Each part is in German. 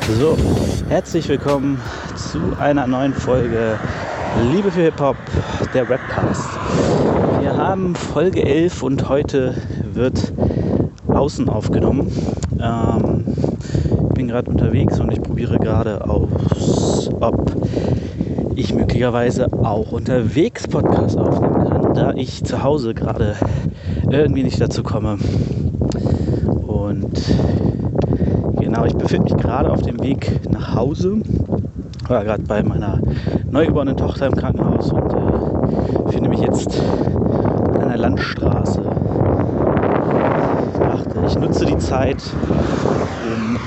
So, herzlich willkommen zu einer neuen Folge Liebe für Hip-Hop, der Rapcast. Wir haben Folge 11 und heute wird außen aufgenommen. Ich bin gerade unterwegs und ich probiere gerade aus, ob ich möglicherweise auch unterwegs Podcast aufnehmen kann, da ich zu Hause gerade irgendwie nicht dazu komme. Und genau, ich befinde mich gerade auf dem Weg nach Hause. Ich war gerade bei meiner neugeborenen Tochter im Krankenhaus und befinde mich jetzt an einer Landstraße. Ich dachte, ich nutze die Zeit, um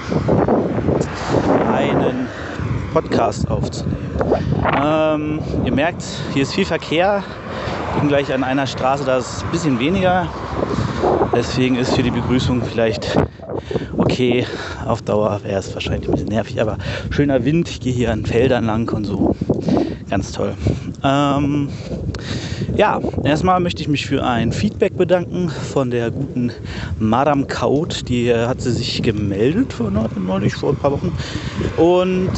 einen Podcast aufzunehmen. Ihr merkt, hier ist viel Verkehr. Ich bin gleich an einer Straße, da ist ein bisschen weniger. Deswegen ist für die Begrüßung vielleicht okay. Auf Dauer wäre es wahrscheinlich ein bisschen nervig, aber schöner Wind. Ich gehe hier an Feldern lang und so. Ganz toll. Ja, erstmal möchte ich mich für ein Feedback bedanken von der guten Madame Chaot. Die hat sie sich gemeldet neulich, vor ein paar Wochen. Und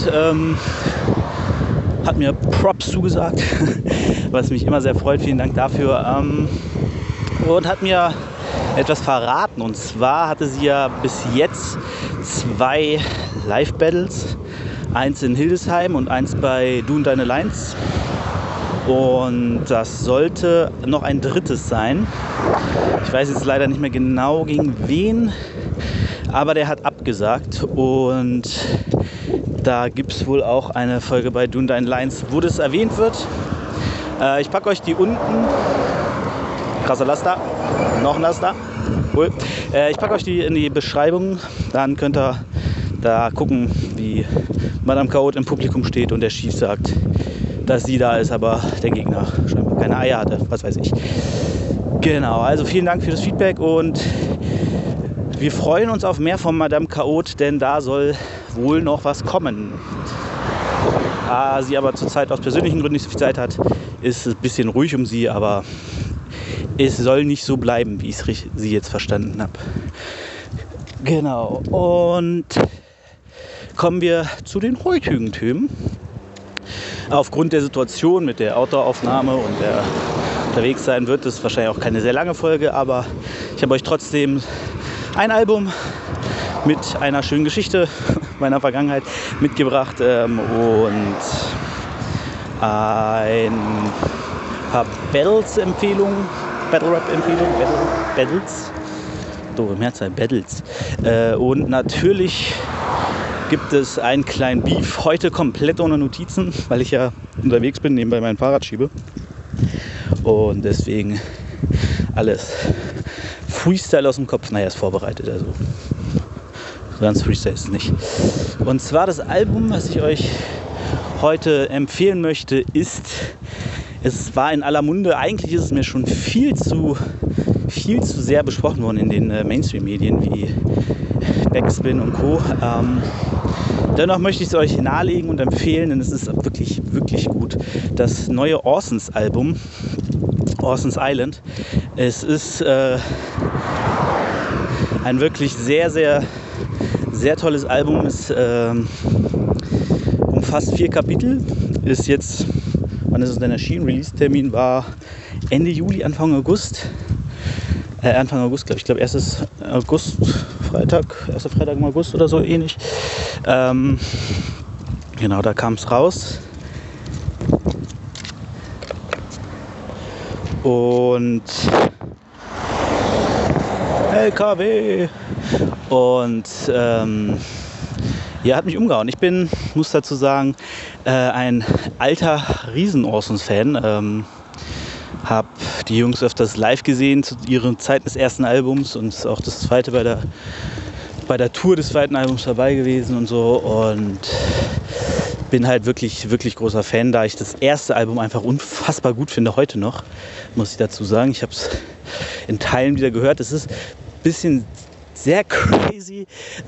hat mir Props zugesagt, was mich immer sehr freut. Vielen Dank dafür. Und hat mir etwas verraten. Und zwar hatte sie ja bis jetzt 2 Live-Battles. Eins in Hildesheim und eins bei Du und Deine Lines. Und das sollte noch ein drittes sein. Ich weiß jetzt leider nicht mehr genau gegen wen, aber der hat abgesagt. Und da gibt es wohl auch eine Folge bei Du und Deine Lines, wo das erwähnt wird. Ich packe euch die unten. Krasser Laster. Noch ein Laster. Cool. Ich packe euch die in die Beschreibung. Dann könnt ihr da gucken, wie Madame Chaot im Publikum steht und der Chief sagt, dass sie da ist, aber der Gegner scheinbar keine Eier hatte. Was weiß ich. Genau, also vielen Dank für das Feedback und wir freuen uns auf mehr von Madame Chaot, denn da soll wohl noch was kommen. Da sie aber zurzeit aus persönlichen Gründen nicht so viel Zeit hat, ist es ein bisschen ruhig um sie, aber es soll nicht so bleiben, wie ich sie jetzt verstanden habe. Genau, und kommen wir zu den heutigen Themen. Aufgrund der Situation mit der Outdoor-Aufnahme und der unterwegs sein wird es wahrscheinlich auch keine sehr lange Folge, aber ich habe euch trotzdem ein Album mit einer schönen Geschichte meiner Vergangenheit mitgebracht und ein paar Battles-Empfehlungen, Battle-Rap-Empfehlungen, Battles, doofe Mehrzahl, Battles. Und natürlich gibt es einen kleinen Beef, heute komplett ohne Notizen, weil ich ja unterwegs bin, nebenbei mein Fahrrad schiebe. Und deswegen alles Freestyle aus dem Kopf, naja, ist vorbereitet, also ganz Freestyle ist es nicht. Und zwar das Album, was ich euch heute empfehlen möchte, ist, es war in aller Munde, eigentlich ist es mir schon viel zu sehr besprochen worden in den Mainstream-Medien wie Backspin und Co. Dennoch möchte ich es euch nahelegen und empfehlen, denn es ist wirklich, wirklich gut. Das neue Orsons Album, Orsons Island, es ist ein wirklich sehr, sehr, sehr tolles Album. Es umfasst 4 Kapitel, ist jetzt, wann ist es denn erschienen? Release-Termin war Ende Juli, Anfang August. Anfang August, glaube ich. Ich glaube, 1. August, erster Freitag im August oder so ähnlich. Genau, da kam es raus. Und LKW. Und ja, hat mich umgehauen. Ich muss dazu sagen, ein alter Riesen-Orsons-Fan. Habe die Jungs öfters live gesehen zu ihren Zeiten des ersten Albums und auch das zweite bei der Tour des zweiten Albums dabei gewesen und so. Und bin halt wirklich, wirklich großer Fan, da ich das erste Album einfach unfassbar gut finde, heute noch, muss ich dazu sagen. Ich habe es in Teilen wieder gehört. Es ist ein bisschen sehr crazy,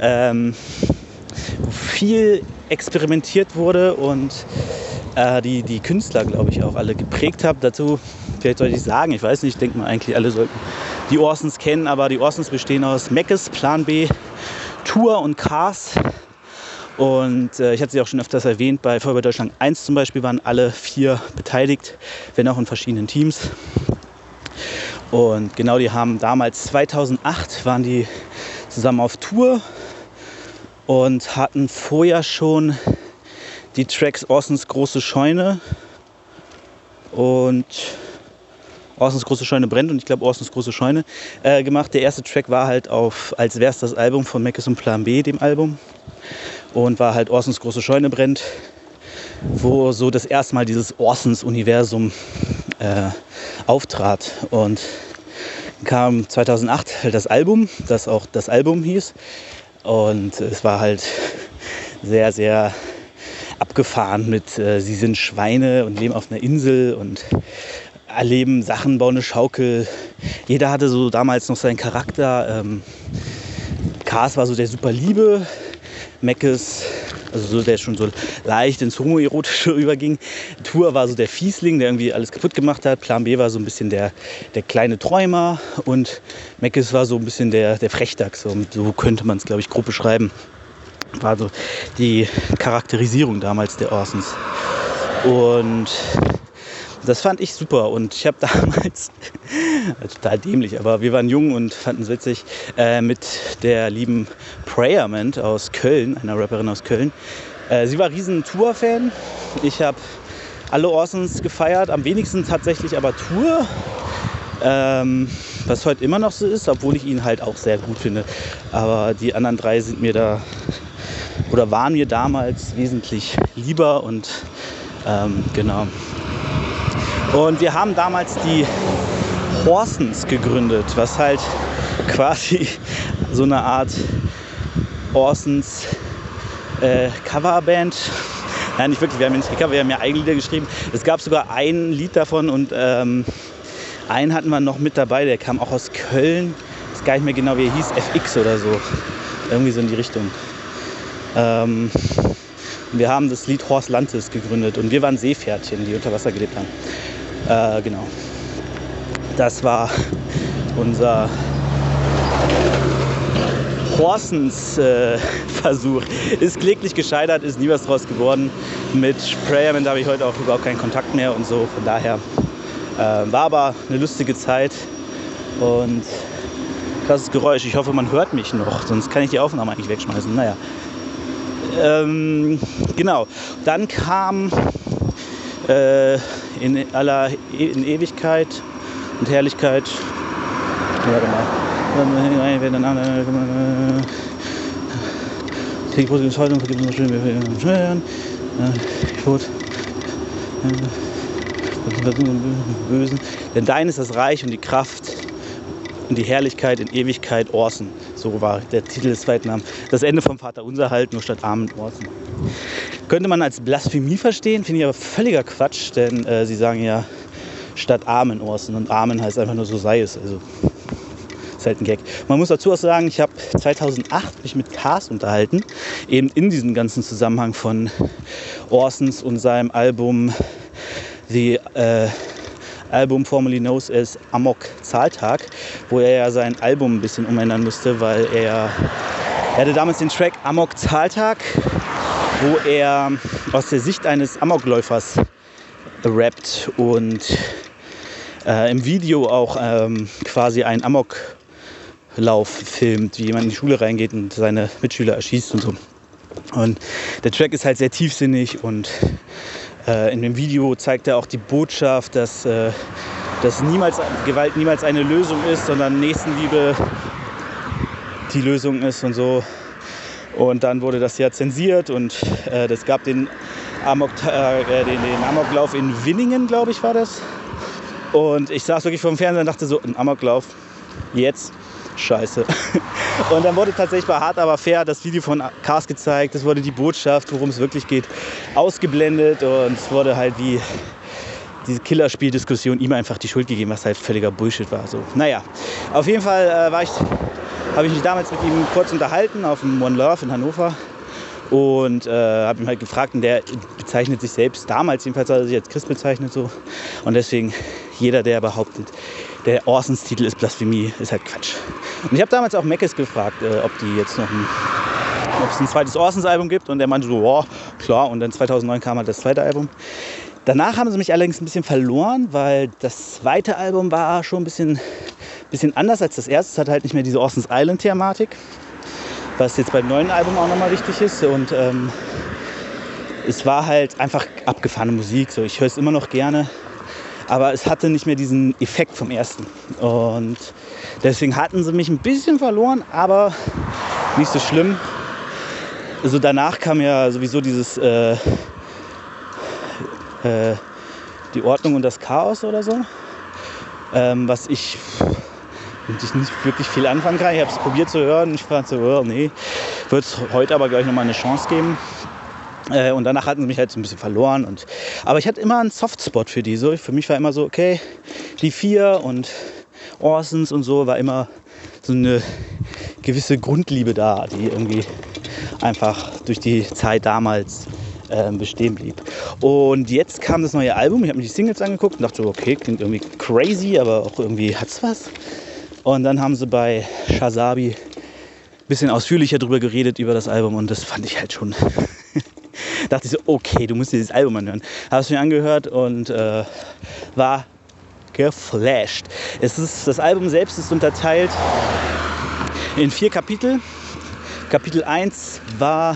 wo viel experimentiert wurde und die Künstler, glaube ich, auch alle geprägt habe. Dazu vielleicht soll ich sagen, ich weiß nicht, ich denke mal eigentlich alle sollten die Orsons kennen, aber die Orsons bestehen aus Meckes, Plan B, Tour und Cars. Und ich hatte sie auch schon öfters erwähnt, bei Feuerwehr Deutschland 1 zum Beispiel waren alle 4 beteiligt, wenn auch in verschiedenen Teams. Und genau, die haben damals 2008 waren die zusammen auf Tour und hatten vorher schon die Tracks Orsons große Scheune und Orsons große Scheune brennt und ich glaube Orsons große Scheune gemacht. Der erste Track war halt auf Als wär's das Album von Meckes und Plan B, dem Album. Und war halt Orsons große Scheune brennt, wo so das erste Mal dieses Orsons-Universum auftrat. Und kam 2008 halt das Album, das auch das Album hieß. Und es war halt sehr, sehr abgefahren mit sie sind Schweine und leben auf einer Insel und erleben Sachen, bauen eine Schaukel. Jeder hatte so damals noch seinen Charakter. Kars war so der super Liebe, Meckes, also so der schon so leicht ins Homoerotische überging. Tour war so der Fiesling, der irgendwie alles kaputt gemacht hat. Plan B war so ein bisschen der kleine Träumer und Meckes war so ein bisschen der Frechdachs. So könnte man es, glaube ich, grob beschreiben. War so die Charakterisierung damals der Orsons. Und das fand ich super und ich habe damals, total dämlich, aber wir waren jung und fanden es witzig, mit der lieben Prayerment aus Köln, einer Rapperin aus Köln. Sie war riesen Tour-Fan. Ich habe alle Orsons gefeiert, am wenigsten tatsächlich aber Tour, was heute immer noch so ist, obwohl ich ihn halt auch sehr gut finde. Aber die anderen 3 sind mir da, oder waren mir damals wesentlich lieber und genau. Und wir haben damals die Horsons gegründet, was halt quasi so eine Art Orsons Coverband. Nein, nicht wirklich, wir haben ja nicht gecovert, wir haben ja Eigenlieder geschrieben. Es gab sogar ein Lied davon und einen hatten wir noch mit dabei, der kam auch aus Köln. Ich weiß gar nicht mehr genau, wie er hieß, FX oder so. Irgendwie so in die Richtung. Wir haben das Lied Horst Lantis gegründet und wir waren Seepferdchen, die unter Wasser gelebt haben. Genau. Das war unser Horsens-Versuch. Ist kläglich gescheitert, ist nie was draus geworden. Mit Sprayerman habe ich heute auch überhaupt keinen Kontakt mehr und so. Von daher war aber eine lustige Zeit und krasses Geräusch. Ich hoffe, man hört mich noch, sonst kann ich die Aufnahme eigentlich wegschmeißen. Naja. Genau. Dann kam in Ewigkeit und Herrlichkeit. Warte mal. Krieg große Entscheidung, vergibt uns schön, wir schwören. Tod. Bösen. Denn dein ist das Reich und die Kraft und die Herrlichkeit in Ewigkeit Orson. So war der Titel des zweiten Namens. Das Ende vom Vaterunser halt, nur statt Amen Orson. Könnte man als Blasphemie verstehen, finde ich aber völliger Quatsch, denn sie sagen ja statt Amen Orson und Amen heißt einfach nur so sei es. Also ist halt ein Gag. Man muss dazu auch sagen, ich habe 2008 mich mit Kars unterhalten, eben in diesem ganzen Zusammenhang von Orsons und seinem Album The Album formerly known as Amok Zahltag, wo er ja sein Album ein bisschen umändern musste, weil er hatte damals den Track Amok Zahltag, wo er aus der Sicht eines Amokläufers rappt und im Video auch quasi einen Amoklauf filmt, wie jemand in die Schule reingeht und seine Mitschüler erschießt und so. Und der Track ist halt sehr tiefsinnig und in dem Video zeigt er auch die Botschaft, dass Gewalt niemals eine Lösung ist, sondern Nächstenliebe die Lösung ist und so. Und dann wurde das ja zensiert und das gab den Amoklauf in Winningen, glaube ich, war das. Und ich saß wirklich vor dem Fernseher und dachte so, ein Amoklauf, jetzt? Scheiße. Und dann wurde tatsächlich bei Hart aber fair das Video von Kars gezeigt, es wurde die Botschaft, worum es wirklich geht, ausgeblendet und es wurde halt wie diese Killerspiel-Diskussion ihm einfach die Schuld gegeben, was halt völliger Bullshit war. So. Naja, auf jeden Fall habe ich mich damals mit ihm kurz unterhalten auf dem One Love in Hannover und habe ihn halt gefragt und der bezeichnet sich selbst, damals jedenfalls hat er sich als Christ bezeichnet so und deswegen jeder, der behauptet, der Orsons Titel ist Blasphemie, ist halt Quatsch. Und ich habe damals auch Meckes gefragt, ob die jetzt noch ob es ein zweites Orsons-Album gibt. Und er meinte so, oh, klar. Und dann 2009 kam halt das zweite Album. Danach haben sie mich allerdings ein bisschen verloren, weil das zweite Album war schon ein bisschen anders als das erste. Es hat halt nicht mehr diese Orsons Island-Thematik, was jetzt beim neuen Album auch nochmal wichtig ist. Und es war halt einfach abgefahrene Musik. So, ich höre es immer noch gerne. Aber es hatte nicht mehr diesen Effekt vom ersten. Und deswegen hatten sie mich ein bisschen verloren, aber nicht so schlimm. Also danach kam ja sowieso dieses die Ordnung und das Chaos oder so. Was ich nicht wirklich viel anfangen kann. Ich habe es probiert zu hören. Ich fand so, oh, nee. Wird es heute aber gleich nochmal eine Chance geben. Und danach hatten sie mich halt so ein bisschen verloren. Aber ich hatte immer einen Softspot für die. So. Für mich war immer so, okay, die 4 und Orsons und so war immer so eine gewisse Grundliebe da, die irgendwie einfach durch die Zeit damals bestehen blieb. Und jetzt kam das neue Album. Ich habe mir die Singles angeguckt und dachte so, okay, klingt irgendwie crazy, aber auch irgendwie hat's was. Und dann haben sie bei Shazabi ein bisschen ausführlicher drüber geredet über das Album und das fand ich halt schon... dachte ich so, okay, du musst dir dieses Album anhören. Habe es mir angehört und war geflasht. Das Album selbst ist unterteilt in 4 Kapitel. Kapitel 1 war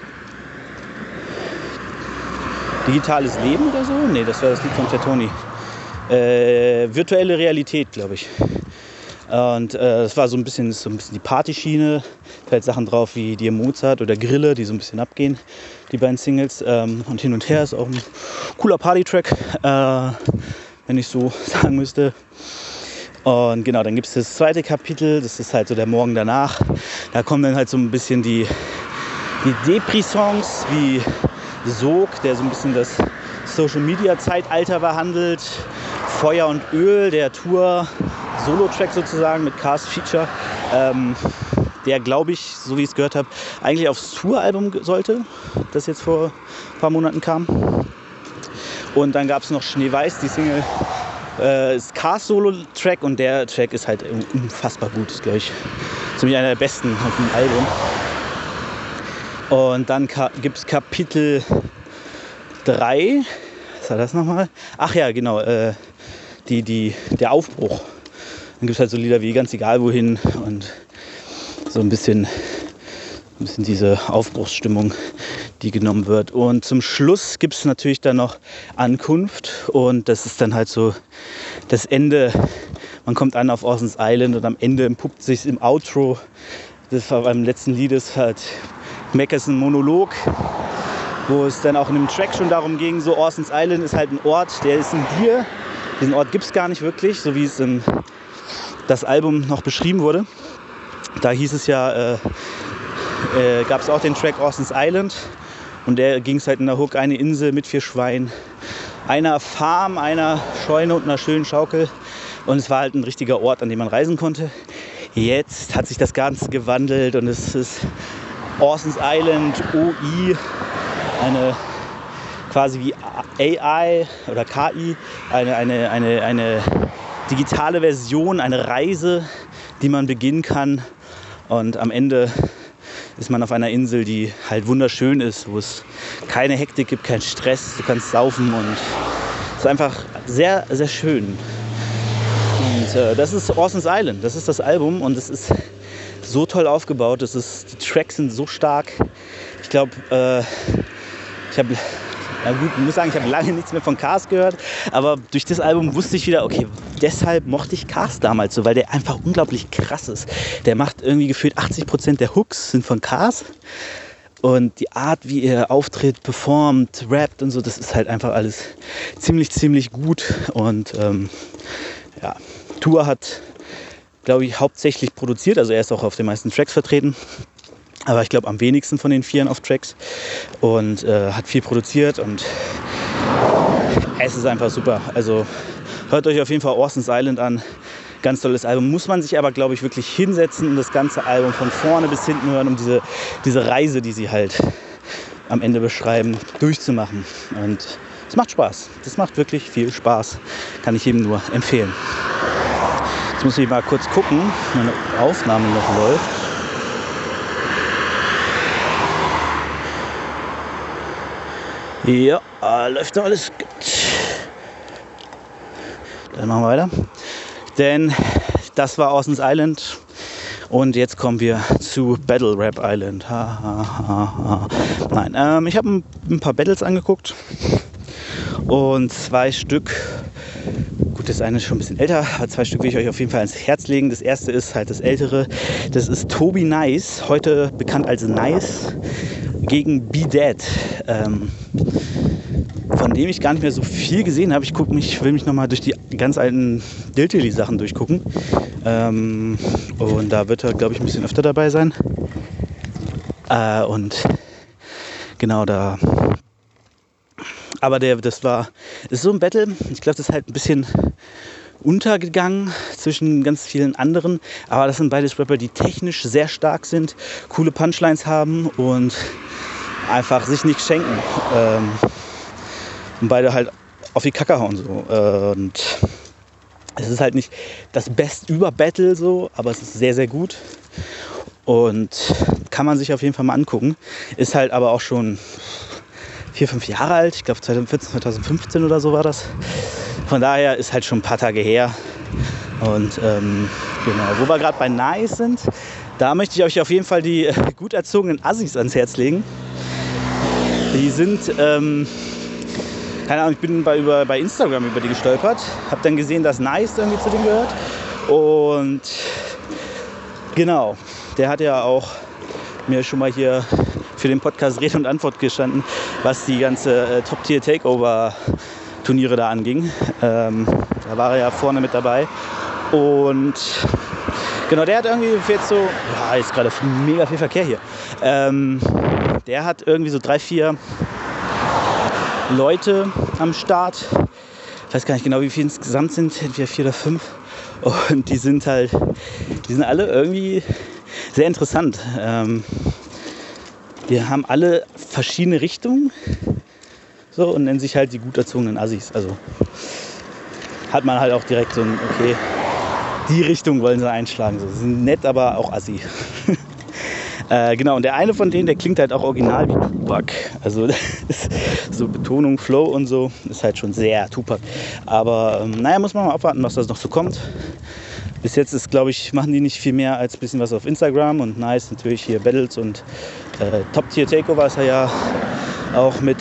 Digitales Leben oder so? Nee, das war das Lied von Tertoni. Virtuelle Realität, glaube ich. Und das war so ein bisschen die Partyschiene. Da halt Sachen drauf wie Dear Mozart oder Grille, die so ein bisschen abgehen, die beiden Singles. Und Hin und Her ist auch ein cooler Party-Track, wenn ich so sagen müsste. Und genau, dann gibt es das zweite Kapitel, das ist halt so der Morgen danach. Da kommen dann halt so ein bisschen die Depri-Songs wie Sog, der so ein bisschen das Social-Media-Zeitalter behandelt. Feuer und Öl, der Tour-Solo-Track sozusagen mit Cars Feature, der, glaube ich, so wie ich es gehört habe, eigentlich aufs Tour-Album sollte, das jetzt vor ein paar Monaten kam. Und dann gab es noch Schneeweiß, die Single, ist Cars Solo-Track und der Track ist halt unfassbar gut, ist, glaube ich, ziemlich einer der besten auf dem Album. Und dann gibt es Kapitel 3, was war das nochmal? Ach ja, genau, der Aufbruch. Dann gibt es halt so Lieder wie Ganz egal wohin und so ein bisschen diese Aufbruchsstimmung, die genommen wird. Und zum Schluss gibt es natürlich dann noch Ankunft und das ist dann halt so das Ende. Man kommt an auf Orsons Island und am Ende entpuppt sich im Outro, das war beim letzten Lied, ist halt Meckerson Monolog, wo es dann auch in dem Track schon darum ging, so Orsons Island ist halt ein Ort, der ist in dir. Diesen Ort gibt es gar nicht wirklich, so wie es in das Album noch beschrieben wurde. Da hieß es ja, gab es auch den Track Orsons Island und der ging es halt in der Hook, eine Insel mit 4 Schweinen, einer Farm, einer Scheune und einer schönen Schaukel und es war halt ein richtiger Ort, an dem man reisen konnte. Jetzt hat sich das Ganze gewandelt und es ist Orsons Island OI, eine quasi wie AI oder KI, eine digitale Version, eine Reise, die man beginnen kann. Und am Ende ist man auf einer Insel, die halt wunderschön ist, wo es keine Hektik gibt, keinen Stress, du kannst saufen und es ist einfach sehr, sehr schön. Und das ist Orsons Island, das ist das Album und es ist so toll aufgebaut, die Tracks sind so stark. Ich glaube, ich muss sagen, ich habe lange nichts mehr von Cars gehört, aber durch das Album wusste ich wieder, okay, deshalb mochte ich Cars damals so, weil der einfach unglaublich krass ist. Der macht irgendwie gefühlt 80% der Hooks sind von Cars und die Art, wie er auftritt, performt, rappt und so, das ist halt einfach alles ziemlich gut und ja, Tour hat, glaube ich, hauptsächlich produziert, also er ist auch auf den meisten Tracks vertreten. Aber ich glaube am wenigsten von den 4 auf Tracks und hat viel produziert und es ist einfach super. Also hört euch auf jeden Fall Orsons Island an. Ganz tolles Album. Muss man sich aber, glaube ich, wirklich hinsetzen und das ganze Album von vorne bis hinten hören, um diese Reise, die sie halt am Ende beschreiben, durchzumachen. Und es macht Spaß. Das macht wirklich viel Spaß. Kann ich jedem nur empfehlen. Jetzt muss ich mal kurz gucken, meine Aufnahme noch läuft. Ja, läuft doch alles gut. Dann machen wir weiter. Denn das war Orson's Island. Und jetzt kommen wir zu Battle Rap Island. Nein, ich habe ein paar Battles angeguckt. Und 2 Stück. Gut, das eine ist schon ein bisschen älter, aber 2 Stück will ich euch auf jeden Fall ans Herz legen. Das erste ist halt das ältere. Das ist Tobi Nice, heute bekannt als Nice, gegen B-Dead. Von dem ich gar nicht mehr so viel gesehen habe. Ich will mich nochmal durch die ganz alten Diltily-Sachen durchgucken. Und da wird er, glaube ich, ein bisschen öfter dabei sein. Und genau da. Aber das ist so ein Battle. Ich glaube, das ist halt ein bisschen untergegangen zwischen ganz vielen anderen. Aber das sind beides Rapper, die technisch sehr stark sind, coole Punchlines haben und einfach sich nicht schenken. Und beide halt auf die Kacke hauen so. Und es ist halt nicht das Best-über-Battle so, aber es ist sehr, sehr gut. Und kann man sich auf jeden Fall mal angucken. Ist halt aber auch schon 4, 5 Jahre alt. Ich glaube 2014, 2015 oder so war das. Von daher ist halt schon ein paar Tage her. Und genau, wo wir gerade bei Nice sind, da möchte ich euch auf jeden Fall die gut erzogenen Assis ans Herz legen. Die sind... keine Ahnung, ich bin bei Instagram über die gestolpert, habe dann gesehen, dass Nice irgendwie zu denen gehört und genau, der hat ja auch mir schon mal hier für den Podcast Rede und Antwort gestanden, was die ganze Top-Tier-Takeover-Turniere da anging. Da war er ja vorne mit dabei und genau, der hat irgendwie jetzt so, ja, ist gerade mega viel Verkehr hier, der hat irgendwie so 3, 4 Leute am Start. Ich weiß gar nicht genau, wie viele insgesamt sind, entweder 4 oder 5. Und die sind alle irgendwie sehr interessant. Die haben alle verschiedene Richtungen so, und nennen sich halt die gut erzogenen Assis. Also hat man halt auch direkt so ein, okay, die Richtung wollen sie einschlagen. So, sie sind nett, aber auch Assi. Genau, und der eine von denen, der klingt halt auch original wie Tupac. Also so Betonung, Flow und so ist halt schon sehr Tupac. Aber naja, muss man mal abwarten, was das noch so kommt. Bis jetzt ist, glaube ich, machen die nicht viel mehr als ein bisschen was auf Instagram und Nice natürlich hier Battles und Top-Tier-Takeover ist er ja auch mit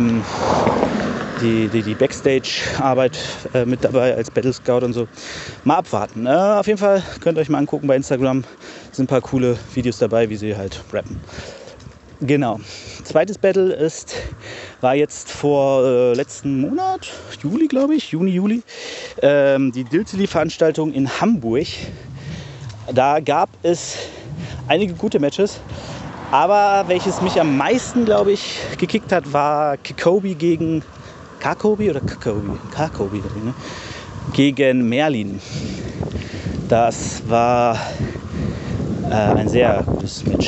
die Backstage-Arbeit mit dabei als Battle Scout und so. Mal abwarten. Auf jeden Fall könnt ihr euch mal angucken bei Instagram. Sind ein paar coole Videos dabei, wie sie halt rappen. Genau. Zweites Battle war jetzt vor letzten Monat, Juli glaube ich, Juni, die Diltily-Veranstaltung in Hamburg. Da gab es einige gute Matches, aber welches mich am meisten, glaube ich, gekickt hat, war Kakobi gegen ne? Gegen Merlin. Das war ein sehr gutes Match.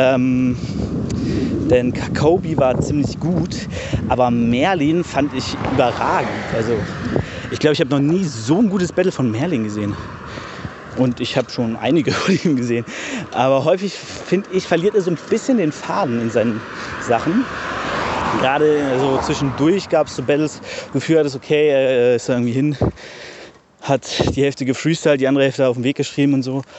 Denn Kakobi war ziemlich gut, aber Merlin fand ich überragend. Also ich glaube, ich habe noch nie so ein gutes Battle von Merlin gesehen. Und ich habe schon einige von ihm gesehen. Aber häufig, finde ich, verliert er so ein bisschen den Faden in seinen Sachen. Gerade so zwischendurch gab es so Battles, wo du hattest, okay, er ist da irgendwie hin, hat die Hälfte gefreestylt, die andere Hälfte auf den Weg geschrieben und so.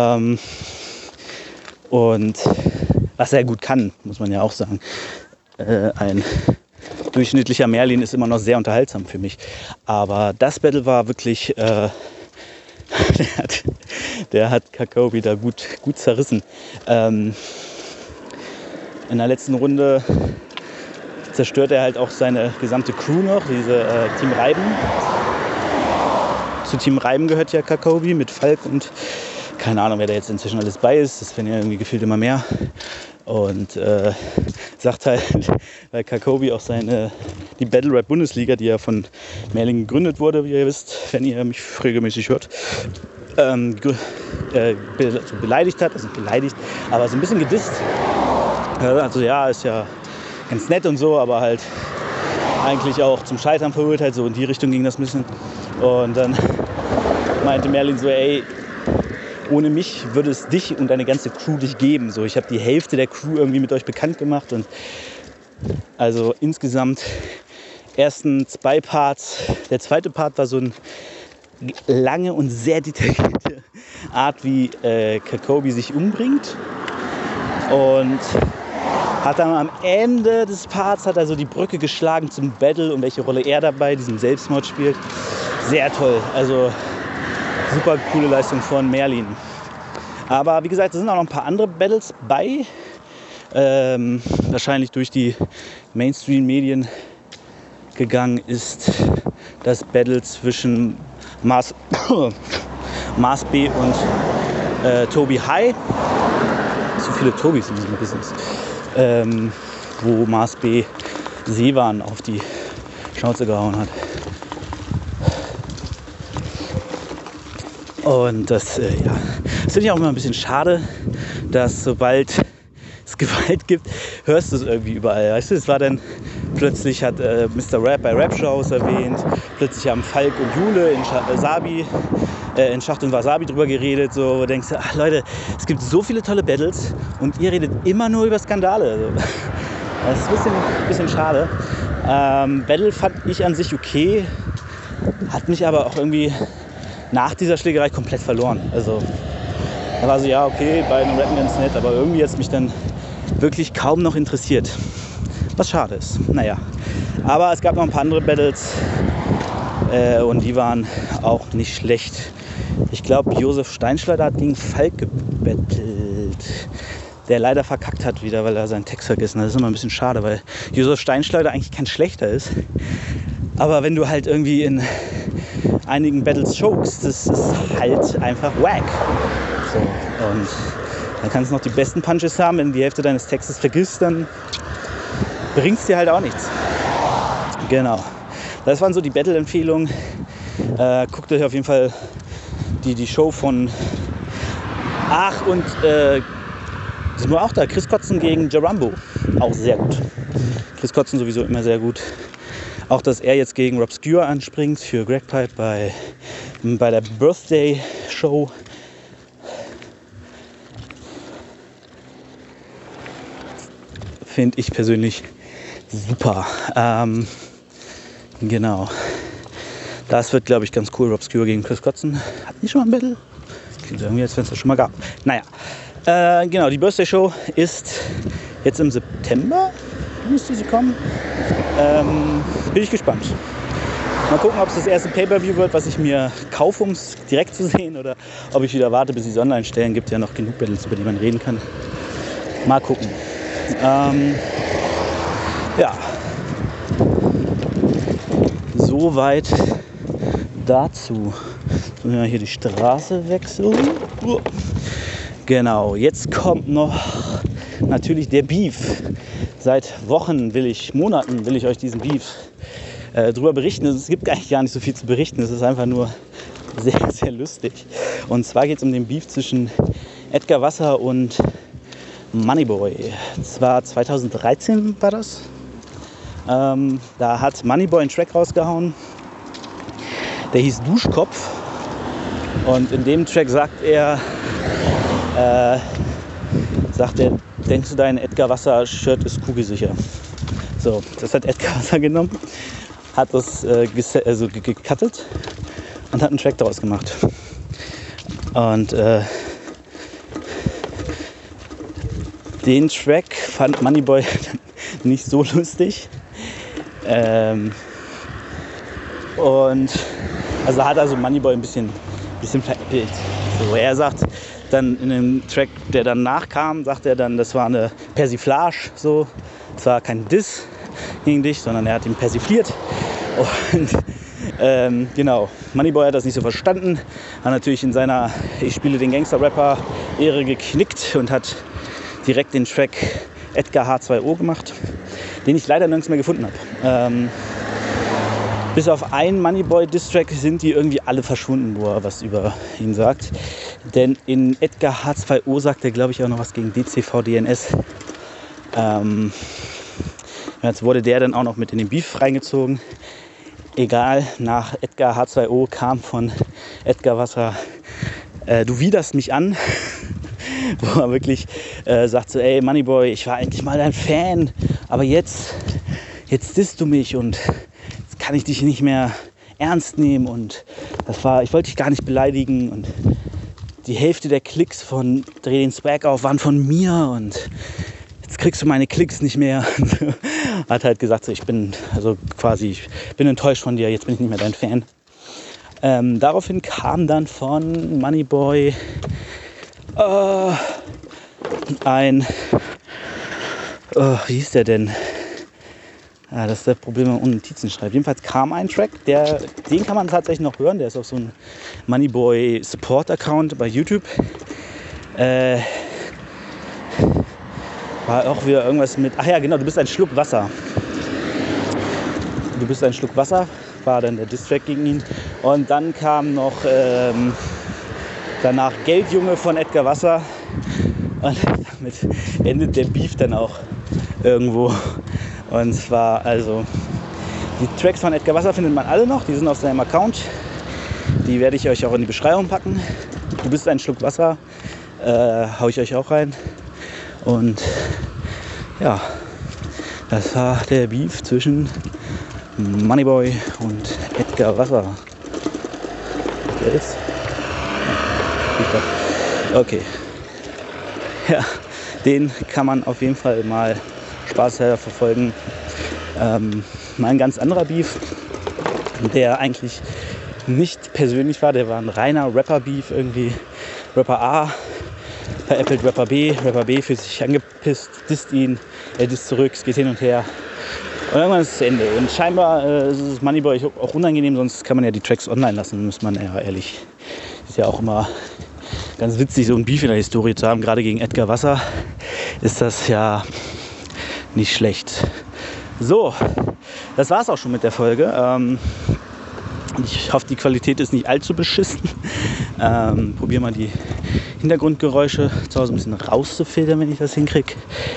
Und was er gut kann, muss man ja auch sagen. Ein durchschnittlicher Merlin ist immer noch sehr unterhaltsam für mich. Aber das Battle war wirklich, der hat Kakobi da gut zerrissen. In der letzten Runde zerstört er halt auch seine gesamte Crew noch, diese Team Reiben. Zu Team Reiben gehört ja Kakobi mit Falk und keine Ahnung, wer da jetzt inzwischen alles bei ist. Das werden ja irgendwie gefühlt immer mehr. Und sagt halt, weil Kakobi auch die Battle Rap Bundesliga, die ja von Merlin gegründet wurde, wie ihr wisst, wenn ihr mich regelmäßig hört, beleidigt hat, also beleidigt, aber so ein bisschen gedisst. Also ja, ist ja ganz nett und so, aber halt eigentlich auch zum Scheitern verurteilt, so in die Richtung ging das ein bisschen. Und dann meinte Merlin so, ey, ohne mich würde es dich und deine ganze Crew nicht geben. So, ich habe die Hälfte der Crew irgendwie mit euch bekannt gemacht und Also insgesamt ersten 2 Parts. Der zweite Part war so eine lange und sehr detaillierte Art, wie Jacoby sich umbringt. Und hat dann am Ende des Parts hat er so die Brücke geschlagen zum Battle und welche Rolle er dabei diesem Selbstmord spielt. Sehr toll. Also super coole Leistung von Merlin. Aber wie gesagt, es sind auch noch ein paar andere Battles bei. Wahrscheinlich durch die Mainstream-Medien gegangen ist das Battle zwischen Mars B und Toby High. So viele Tobys in diesem Business. Wo Mars B Sevan auf die Schnauze gehauen hat. Und das finde ich auch immer ein bisschen schade, dass sobald es Gewalt gibt, hörst du es irgendwie überall. Weißt du, es war dann plötzlich hat Mr. Rap bei Rap-Shows erwähnt, plötzlich haben Falk und Jule in Schacht und Wasabi drüber geredet, so, wo du denkst, ach Leute, es gibt so viele tolle Battles und ihr redet immer nur über Skandale. Also, das ist ein bisschen schade. Battle fand ich an sich okay, hat mich aber auch irgendwie nach dieser Schlägerei komplett verloren. Also da war so, ja okay, bei einem Rappen ganz nett, aber irgendwie hat es mich dann wirklich kaum noch interessiert. Was schade ist. Naja, aber es gab noch ein paar andere Battles und die waren auch nicht schlecht. Ich glaube, Josef Steinschleuder hat gegen Falk gebettelt, der leider verkackt hat wieder, weil er seinen Text vergessen hat. Das ist immer ein bisschen schade, weil Josef Steinschleuder eigentlich kein schlechter ist. Aber wenn du halt irgendwie in einigen Battles chokest, das ist halt einfach wack. So, und dann kannst du noch die besten Punches haben, wenn du die Hälfte deines Textes vergisst, dann bringt es dir halt auch nichts. Genau. Das waren so die Battle-Empfehlungen. Guckt euch auf jeden Fall die Show von sind wir auch da, Chris Kotzen gegen Jarambo. Auch sehr gut. Chris Kotzen sowieso immer sehr gut. Auch, dass er jetzt gegen Robscure anspringt für Greg Pipe bei der Birthday Show. Finde ich persönlich super. Genau. Das wird, glaube ich, ganz cool. Robscure gegen Chris Kotzen. Hatten die schon mal ein Battle? Klingt irgendwie, als wenn es das schon mal gab. Naja. Genau, die Birthday Show ist jetzt im September. Müsste sie kommen. Bin ich gespannt. Mal gucken, ob es das erste Pay-Per-View wird, was ich mir kaufe, um es direkt zu sehen, oder ob ich wieder warte, bis sie es online stellen. Gibt ja noch genug Battles, über die man reden kann. Mal gucken. Ja. Soweit dazu. So, ja, hier die Straße wechseln. Genau, jetzt kommt noch natürlich der Beef. Seit Wochen Monaten will ich euch diesen Beef drüber berichten. Es gibt eigentlich gar nicht so viel zu berichten. Es ist einfach nur sehr, sehr lustig. Und zwar geht es um den Beef zwischen Edgar Wasser und Moneyboy. Das war 2013 war das. Da hat Moneyboy einen Track rausgehauen. Der hieß Duschkopf. Und in dem Track sagt er, denkst du, dein Edgar Wasser Shirt ist kugelsicher? So, das hat Edgar Wasser genommen, hat das gecuttet und hat einen Track daraus gemacht. Und den Track fand Moneyboy nicht so lustig. Und also hat also Moneyboy ein bisschen veräppelt. So, er sagt dann in dem Track, der dann nachkam, sagt er dann, das war eine Persiflage. So. Es war kein Diss gegen dich, sondern er hat ihn persifliert. Und genau, Moneyboy hat das nicht so verstanden. Hat natürlich in seiner Ich spiele den Gangster-Rapper Ehre geknickt und hat direkt den Track Edgar H2O gemacht, den ich leider nirgends mehr gefunden habe. Bis auf einen Moneyboy-Diss-Track sind die irgendwie alle verschwunden, wo er was über ihn sagt. Denn in Edgar H2O sagt er, glaube ich, auch noch was gegen DCVDNS. Jetzt wurde der dann auch noch mit in den Beef reingezogen. Egal, nach Edgar H2O kam von Edgar Wasser, du widerst mich an. Wo er wirklich sagt so, ey Moneyboy, ich war eigentlich mal dein Fan aber jetzt disst du mich und jetzt kann ich dich nicht mehr ernst nehmen und ich wollte dich gar nicht beleidigen und die Hälfte der Klicks von Dreh den Swag auf waren von mir und jetzt kriegst du meine Klicks nicht mehr. Hat halt gesagt, so, ich bin enttäuscht von dir, jetzt bin ich nicht mehr dein Fan. Daraufhin kam dann von Moneyboy wie hieß der denn? Das ist das Problem, wenn man ohne Notizen schreibt. Jedenfalls kam ein Track, den kann man tatsächlich noch hören. Der ist auf so einem Moneyboy Support Account bei YouTube. War auch wieder irgendwas mit, ach ja genau, du bist ein Schluck Wasser. Du bist ein Schluck Wasser, war dann der Diss-Track gegen ihn. Und dann kam noch danach Geldjunge von Edgar Wasser. Und damit endet der Beef dann auch irgendwo. Und zwar, also, die Tracks von Edgar Wasser findet man alle noch, die sind auf seinem Account. Die werde ich euch auch in die Beschreibung packen. Du bist ein Schluck Wasser, hau ich euch auch rein. Und ja, das war der Beef zwischen Moneyboy und Edgar Wasser. Der ist? Okay. Ja, den kann man auf jeden Fall mal spaßhalber verfolgen. Mal ein ganz anderer Beef, der eigentlich nicht persönlich war, der war ein reiner Rapper-Beef irgendwie. Rapper A veräppelt Rapper B fühlt sich angepisst, disst ihn, er disst zurück, es geht hin und her. Und irgendwann ist es zu Ende. Und scheinbar ist es Moneyboy auch unangenehm, sonst kann man ja die Tracks online lassen, muss man ja ehrlich. Ist ja auch immer ganz witzig, so ein Beef in der Historie zu haben, gerade gegen Edgar Wasser ist das ja nicht schlecht. So, das war's auch schon mit der Folge. Ich hoffe, die Qualität ist nicht allzu beschissen. Probiere mal die Hintergrundgeräusche zu Hause ein bisschen rauszufiltern, wenn ich das hinkriege.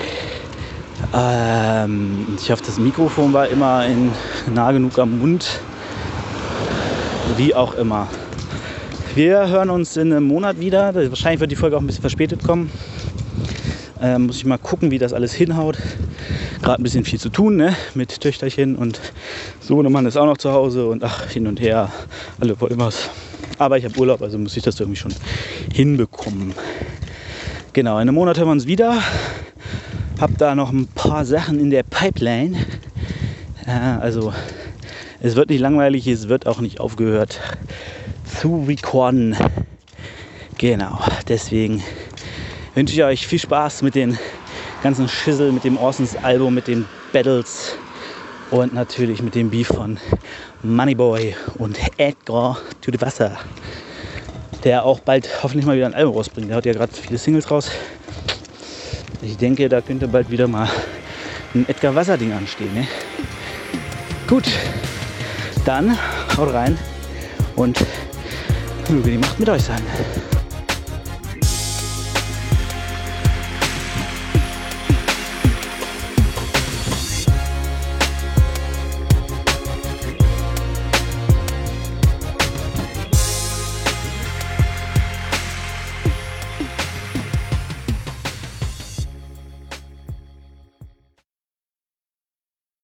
Ich hoffe, das Mikrofon war immer nah genug am Mund. Wie auch immer. Wir hören uns in einem Monat wieder. Wahrscheinlich wird die Folge auch ein bisschen verspätet kommen. Muss ich mal gucken, wie das alles hinhaut. Gerade ein bisschen viel zu tun, ne? Mit Töchterchen und Sohnemann ist auch noch zu Hause und hin und her. Alle wollen was. Aber ich habe Urlaub, also muss ich das irgendwie schon hinbekommen. Genau, in einem Monat hören wir uns wieder. Hab da noch ein paar Sachen in der Pipeline. Also es wird nicht langweilig, es wird auch nicht aufgehört zu recorden. Genau, deswegen wünsche ich euch viel Spaß mit den ganzen Schissel, mit dem Orsons Album, mit den Battles und natürlich mit dem Beef von Moneyboy und Edgar to the Wasser, der auch bald hoffentlich mal wieder ein Album rausbringt. Der hat ja gerade viele Singles raus. Ich denke, da könnte bald wieder mal ein Edgar Wasser Ding anstehen. Ne? Gut, dann haut rein und möge die Macht mit euch sein.